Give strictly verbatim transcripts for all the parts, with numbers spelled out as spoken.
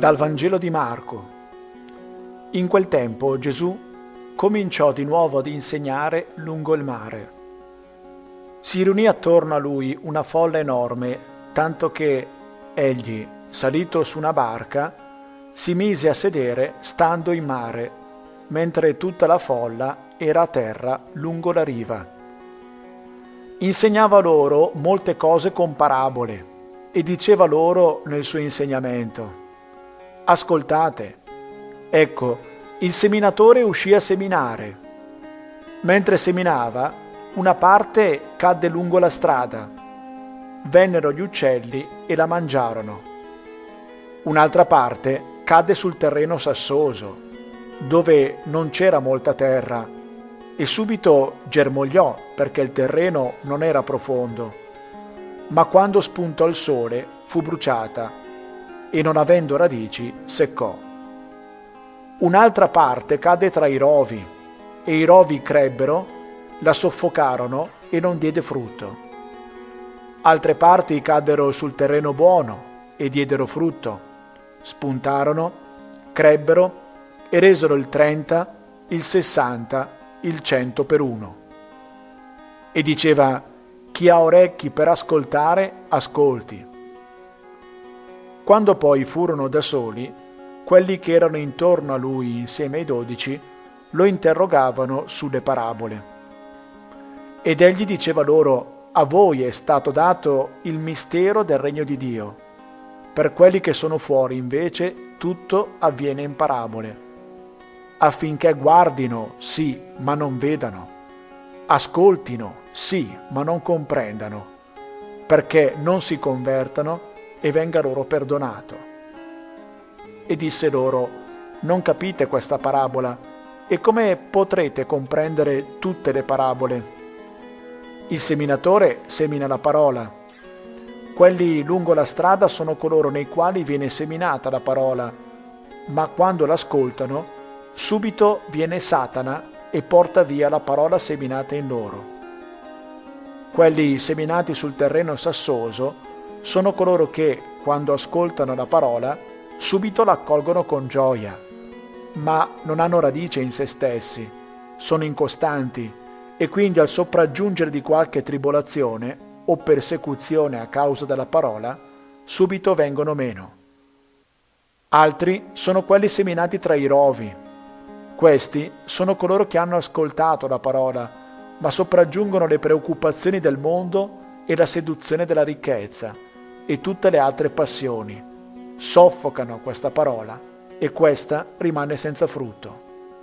Dal Vangelo di Marco. In quel tempo Gesù cominciò di nuovo ad insegnare lungo il mare. Si riunì attorno a lui una folla enorme, tanto che egli, salito su una barca, si mise a sedere stando in mare, mentre tutta la folla era a terra lungo la riva. Insegnava loro molte cose con parabole e diceva loro nel suo insegnamento: ascoltate, ecco, il seminatore uscì a seminare. Mentre seminava, una parte cadde lungo la strada. Vennero gli uccelli e la mangiarono. Un'altra parte cadde sul terreno sassoso, dove non c'era molta terra, e subito germogliò perché il terreno non era profondo. Ma quando spuntò il sole fu bruciata e non avendo radici seccò. Un'altra parte cadde tra i rovi, e i rovi crebbero, la soffocarono e non diede frutto. Altre parti caddero sul terreno buono e diedero frutto, spuntarono, crebbero e resero il trenta, il sessanta, il cento per uno. E diceva: chi ha orecchi per ascoltare, ascolti. Quando poi furono da soli, quelli che erano intorno a lui insieme ai dodici lo interrogavano sulle parabole. Ed egli diceva loro: a voi è stato dato il mistero del regno di Dio. Per quelli che sono fuori, invece, tutto avviene in parabole, affinché guardino, sì, ma non vedano, ascoltino, sì, ma non comprendano, perché non si convertano e venga loro perdonato. E disse loro: non capite questa parabola, e come potrete comprendere tutte le parabole? Il seminatore semina la parola. Quelli lungo la strada sono coloro nei quali viene seminata la parola, ma quando l'ascoltano, subito viene Satana e porta via la parola seminata in loro. Quelli seminati sul terreno sassoso sono coloro che, quando ascoltano la parola, subito la accolgono con gioia, ma non hanno radice in se stessi, sono incostanti e quindi al sopraggiungere di qualche tribolazione o persecuzione a causa della parola, subito vengono meno. Altri sono quelli seminati tra i rovi. Questi sono coloro che hanno ascoltato la parola, ma sopraggiungono le preoccupazioni del mondo e la seduzione della ricchezza e tutte le altre passioni, soffocano questa parola e questa rimane senza frutto.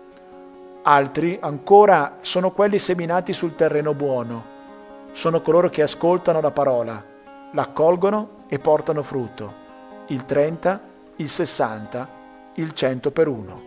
Altri ancora sono quelli seminati sul terreno buono. Sono coloro che ascoltano la parola, l'accolgono e portano frutto, il trenta, il sessanta, il cento per uno.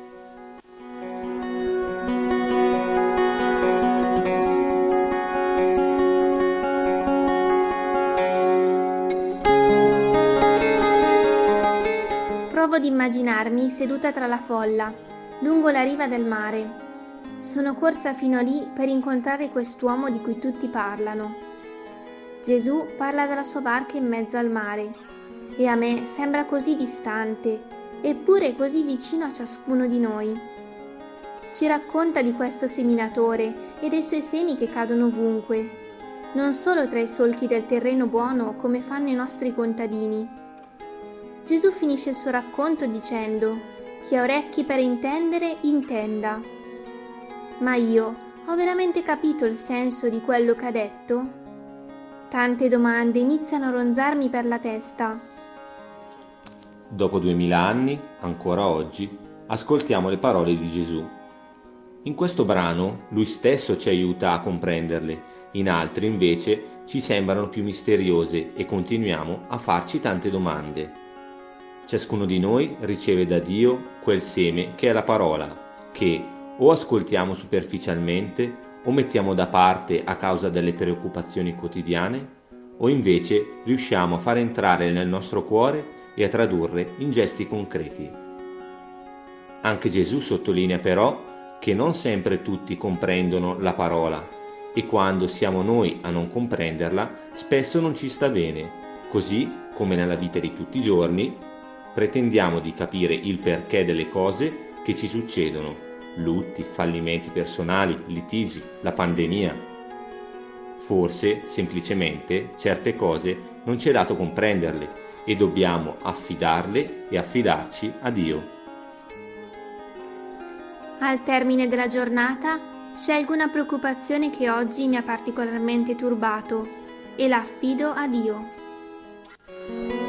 Provo ad immaginarmi seduta tra la folla, lungo la riva del mare. Sono corsa fino lì per incontrare quest'uomo di cui tutti parlano. Gesù parla della sua barca in mezzo al mare e a me sembra così distante, eppure così vicino a ciascuno di noi. Ci racconta di questo seminatore e dei suoi semi che cadono ovunque, non solo tra i solchi del terreno buono come fanno i nostri contadini. Gesù finisce il suo racconto dicendo: chi ha orecchi per intendere, intenda. Ma io ho veramente capito il senso di quello che ha detto? Tante domande iniziano a ronzarmi per la testa. Dopo duemila anni, ancora oggi, ascoltiamo le parole di Gesù. In questo brano lui stesso ci aiuta a comprenderle, in altri invece ci sembrano più misteriose e continuiamo a farci tante domande. Ciascuno di noi riceve da Dio quel seme che è la parola, che o ascoltiamo superficialmente o mettiamo da parte a causa delle preoccupazioni quotidiane, o invece riusciamo a far entrare nel nostro cuore e a tradurre in gesti concreti. Anche Gesù sottolinea però che non sempre tutti comprendono la parola e quando siamo noi a non comprenderla spesso non ci sta bene, così come nella vita di tutti i giorni pretendiamo di capire il perché delle cose che ci succedono, lutti, fallimenti personali, litigi, la pandemia. Forse, semplicemente, certe cose non ci è dato comprenderle e dobbiamo affidarle e affidarci a Dio. Al termine della giornata scelgo una preoccupazione che oggi mi ha particolarmente turbato e la affido a Dio.